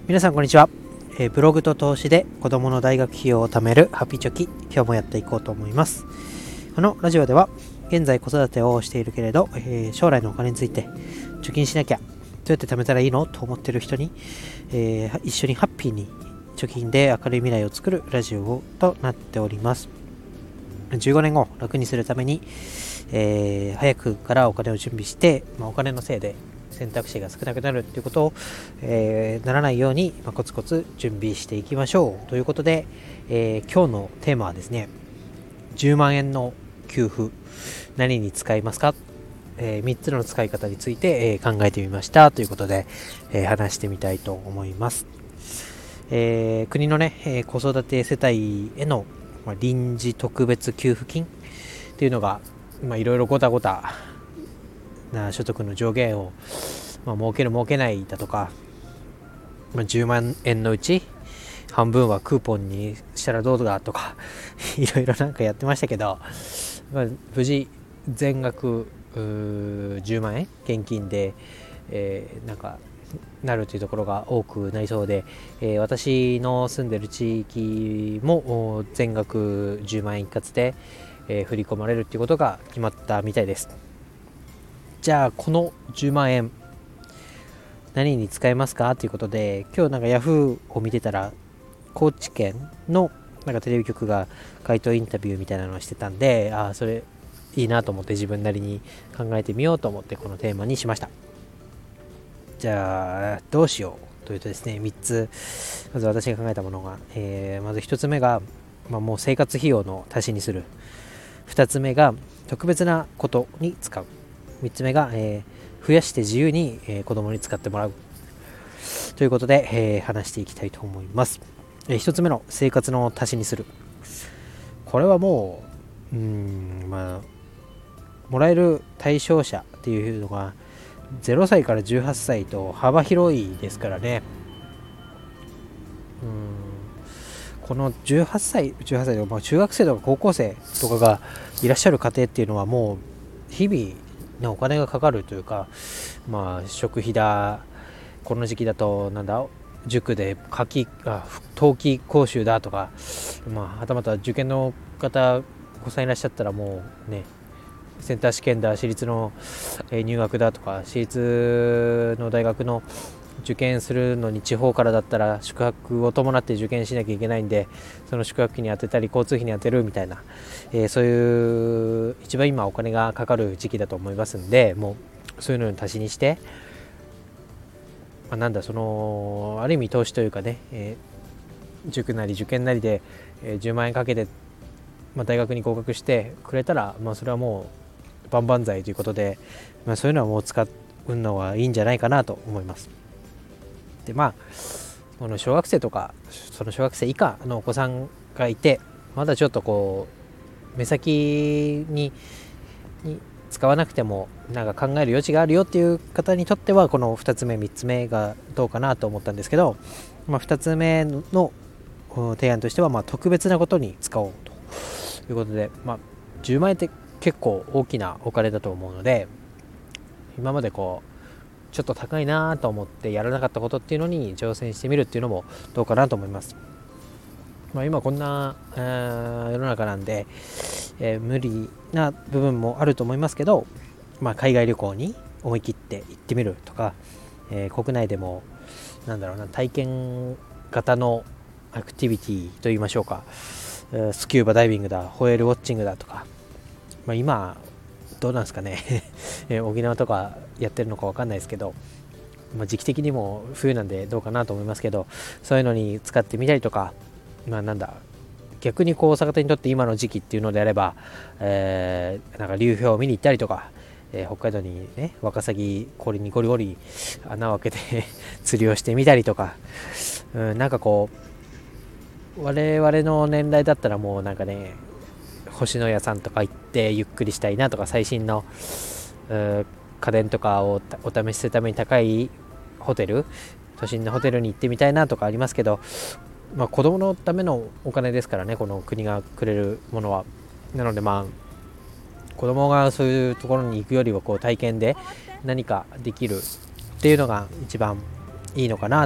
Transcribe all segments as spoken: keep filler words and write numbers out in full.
皆さんこんにちは、えーブログと投資で子供の大学費用を貯めるハピチョキ、今日もやっていこうと思います。このラジオでは現在子育てをしているけれど、えー将来のお金について貯金しなきゃ、どうやって貯めたらいいのと思っている人に、えー一緒にハッピーに貯金で明るい未来を作るラジオとなっております。じゅうごねんご楽にするために、えー早くからお金を準備して、まあ、お金のせいで選択肢が少なくなるっていうことを、えーならないように、まあ、コツコツ準備していきましょうということで、えー今日のテーマはですね、じゅうまんえんの給付何に使いますか、えー、みっつの使い方について、えー考えてみましたということで、えー話してみたいと思います。えー国のね、えー子育て世帯への、まあ、臨時特別給付金っていうのがいろいろごたごたな所得の上限を、まあ、設ける設けないだとか、まあ、じゅうまんえんのうち半分はクーポンにしたらどうだとかいろいろなんかやってましたけど、まあ、無事全額じゅうまんえん現金で、えーなんかなるというところが多くなりそうで、えー私の住んでる地域もお全額じゅうまんえん一括で、えー振り込まれるということが決まったみたいです。じゃあこのじゅうまんえん何に使えますかということで、今日なんかヤフーを見てたら高知県のなんかテレビ局が街頭インタビューみたいなのをしてたんで、ああそれいいなと思って自分なりに考えてみようと思ってこのテーマにしました。じゃあどうしようというとですね、みっつまず私が考えたものが、えーまずひとつめが、まあ、もう生活費用の足しにする。ふたつめが特別なことに使う。みっつめが、えー増やして自由に、えー子供に使ってもらうということで、えー話していきたいと思います。えー、ひとつめの生活の足しにする。これはもううーんまあもらえる対象者っていうのがゼロさいからじゅうはっさいと幅広いですからね。うーんこのじゅうはっさいじゅうはっさいとか、まあ、中学生とか高校生とかがいらっしゃる家庭っていうのはもう日々ね、お金がかかるというか、まあ食費だ、この時期だとなんだ塾で夏季あ冬季講習だとか、まあ、はたまた受験の方お子さんいらっしゃったらもうね、センター試験だ、私立の入学だとか、私立の大学の受験するのに地方からだったら宿泊を伴って受験しなきゃいけないんで、その宿泊費に当てたり交通費に当てるみたいな、えー、そういう一番今お金がかかる時期だと思いますんで、もうそういうのに足しにして、まあ、なんだそのある意味投資というかね、えー、塾なり受験なりで、えー、じゅうまんえんかけて、まあ、大学に合格してくれたら、まあ、それはもう万々歳ということで、まあ、そういうのはもう使うのはいいんじゃないかなと思います。でまあこの小学生とかその小学生以下のお子さんがいて、まだちょっとこう目先にに使わなくてもなんか考える余地があるよっていう方にとっては、このふたつめみっつめがどうかなと思ったんですけど、まあ、ふたつめの提案としては、まあ特別なことに使おうということで、まあ、じゅうまんえんって結構大きなお金だと思うので、今までこうちょっと高いなと思ってやらなかったことっていうのに挑戦してみるっていうのもどうかなと思います。まあ、今こんな、えー世の中なんで、えー無理な部分もあると思いますけど、まあ、海外旅行に思い切って行ってみるとか、えー国内でもなんだろうな、体験型のアクティビティといいましょうか、えースキューバダイビングだ、ホエールウォッチングだとか、まあ、今どうなんですかねえ沖縄とかやってるのか分かんないですけど、まあ、時期的にも冬なんでどうかなと思いますけど、そういうのに使ってみたりとか、まあなんだ逆にこう逆手にとって今の時期っていうのであれば、えー、なんか流氷を見に行ったりとか、えー、北海道にねワカサギ氷にゴリゴリ穴を開けて釣りをしてみたりとか、うん、なんかこう我々の年代だったらもうなんかね、星のやさんとか行ってゆっくりしたいなとか、最新の家電とかをお試しするために高いホテル、都心のホテルに行ってみたいなとかありますけど、まあ、子供のためのお金ですからね、この国がくれるものは。なのでまあ子供がそういうところに行くよりはこう体験で何かできるっていうのが一番いいのかなと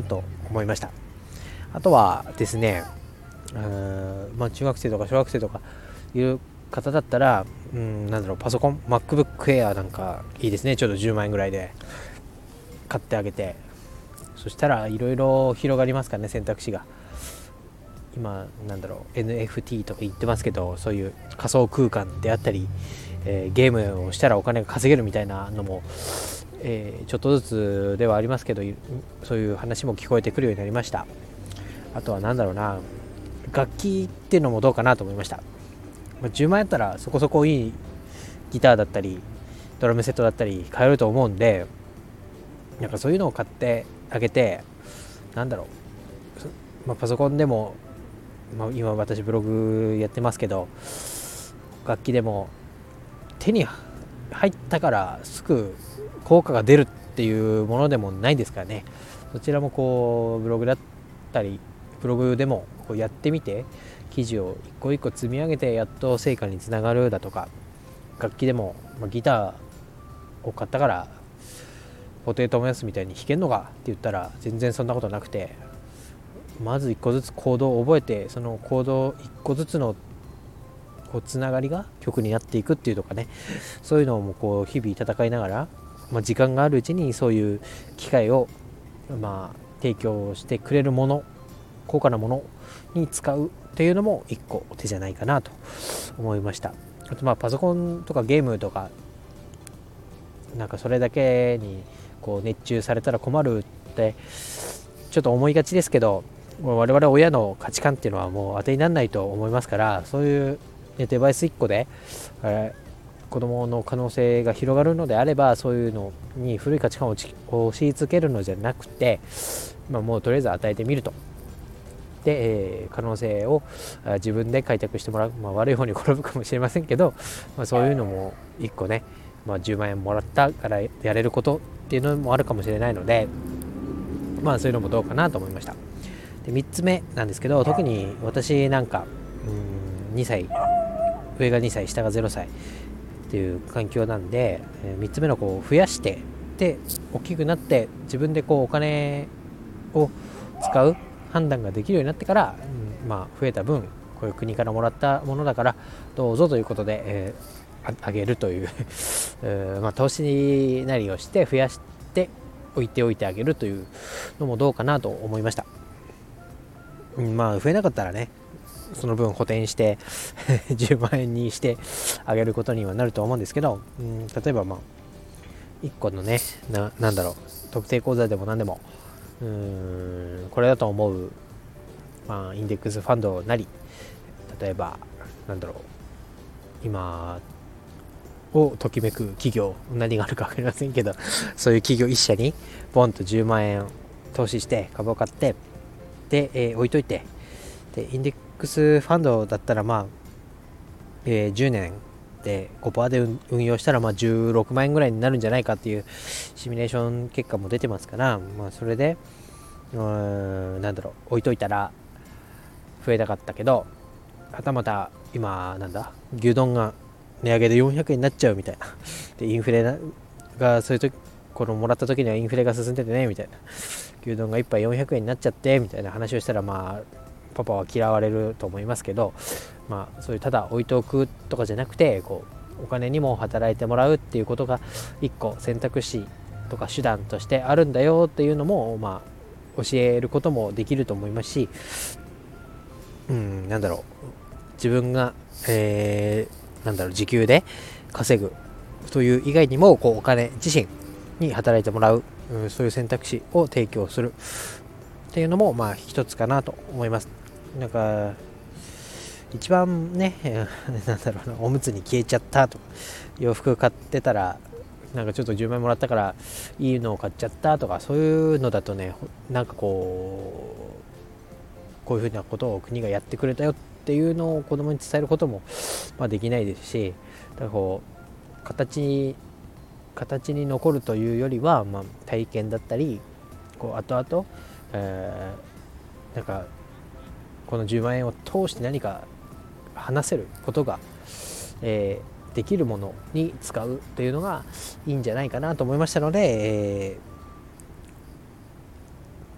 思いました。あとはですね、うーん、まあ、中学生とか小学生とかいう方だったら、うん、なんだろう、パソコン MacBook Air なんかいいですね。ちょうどじゅうまんえんぐらいで買ってあげて、そしたらいろいろ広がりますからね、選択肢が。今なんだろう エヌエフティー とか言ってますけど、そういう仮想空間であったり、えー、ゲームをしたらお金が稼げるみたいなのも、えー、ちょっとずつではありますけど、そういう話も聞こえてくるようになりました。あとはなんだろうな、楽器っていうのもどうかなと思いました。まあ、じゅうまん円やったらそこそこいいギターだったりドラムセットだったり買えると思うんで、なんかそういうのを買ってあげて、なんだろう、まあ、パソコンでも、まあ、今私ブログやってますけど、楽器でも手に入ったからすぐ効果が出るっていうものでもないですからね。そちらもこうブログだったりブログでもこうやってみて、記事を一個一個積み上げてやっと成果につながるだとか、楽器でも、まあ、ギターを買ったから布袋寅泰みたいに弾けんのかって言ったら全然そんなことなくて、まず一個ずつコードを覚えて、そのコード一個ずつのこうつながりが曲になっていくっていうとかね、そういうのもこう日々戦いながら、まあ、時間があるうちにそういう機会をまあ提供してくれるもの、高価なものに使うっていうのも一個手じゃないかなと思いました。あとまあパソコンとかゲームとかなんかそれだけにこう熱中されたら困るってちょっと思いがちですけど、我々親の価値観っていうのはもう当てにならないと思いますから、そういうデバイスいっこで、えー、子どもの可能性が広がるのであれば、そういうのに古い価値観を押し付けるのじゃなくて、まあ、もうとりあえず与えてみると。で、えー、可能性を自分で開拓してもらう、まあ、悪い方に転ぶかもしれませんけど、まあ、そういうのもいっこね、まあ、じゅうまん円もらったからやれることっていうのもあるかもしれないので、まあそういうのもどうかなと思いました。でみっつめなんですけど、特に私なんかうーんにさい、上がにさい下がぜろさいっていう環境なんで、みっつめのこう増やしてで大きくなって自分でこうお金を使う判断ができるようになってから、うん、まあ増えた分こういう国からもらったものだからどうぞということで、えー、あ, あげるという、えーまあ、投資なりをして増やして置いておいてあげるというのもどうかなと思いました。うん、まあ増えなかったらね、その分補填してじゅうまん円にしてあげることにはなると思うんですけど、うん、例えばまあいっこのね な, なんだろう特定口座でも何でも、うーんこれだと思う、まあ、インデックスファンドなり、例えばなんだろう今をときめく企業、何があるか分かりませんけど、そういう企業一社にボンとじゅうまん円投資して株を買ってで、えー、置いといて、でインデックスファンドだったらまあ、えー、じゅうねんで ごパーセント で運用したらまあじゅうろくまん円ぐらいになるんじゃないかっていうシミュレーション結果も出てますから、まあ、それでうーんなんだろう置いといたら増えなかったけど、はたまた今なんだ牛丼が値上げでよんひゃくえんになっちゃうみたいな、でインフレがそういう時このもらった時にはインフレが進んでてねみたいな、牛丼がいっぱいよんひゃくえんになっちゃってみたいな話をしたら、まあパパは嫌われると思いますけど、まあそういうただ置いておくとかじゃなくて、こうお金にも働いてもらうっていうことがいっこ選択肢とか手段としてあるんだよっていうのも、まあ教えることもできると思いますし、うんなんだろう自分が、えー、なんだろう時給で稼ぐという以外にも、こうお金自身に働いてもらう、うん、そういう選択肢を提供するっていうのもまあ一つかなと思います。なんか一番ねなんだろうな、おむつに消えちゃったとか、洋服買ってたらなんかちょっとじゅうまん円もらったからいいのを買っちゃったとか、そういうのだとね、なんかこうこういうふうなことを国がやってくれたよっていうのを子供に伝えることも、まあ、できないですし、だからこう形に形に残るというよりは、まあ、体験だったりこう後々、えー、なんかこのじゅうまん円を通して何か話せることが、えー、できるものに使うというのがいいんじゃないかなと思いましたので、えー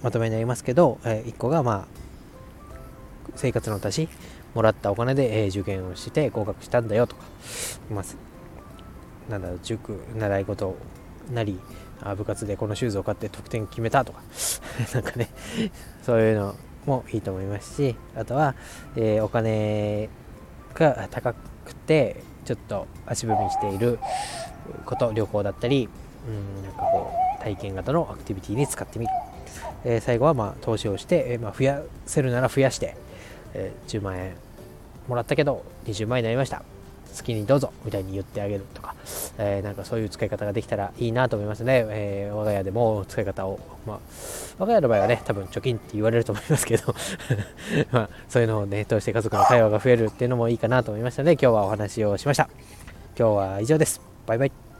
まとめになりますけど、えー、いっこがまあ生活の足し、もらったお金で、えー、受験をして合格したんだよとか、まあ、なんだろう、塾習い事なり、あ部活でこのシューズを買って得点決めたとかなんかね、そういうのもいいと思いますし、あとは、えー、お金が高くてちょっと足踏みしていること、旅行だったり、うん、なんかこう体験型のアクティビティに使ってみる、えー、最後はまあ投資をして、えーまあ、増やせるなら増やして、えー、じゅうまんえんもらったけどにじゅうまん円になりました、好きにどうぞみたいに言ってあげるとか、えー、なんかそういう使い方ができたらいいなと思いますので、えー、我が家でも使い方を、まあ、我が家の場合はね多分貯金って言われると思いますけどまあそういうのをね通して家族の会話が増えるっていうのもいいかなと思いましたので、今日はお話をしました。今日は以上です。バイバイ。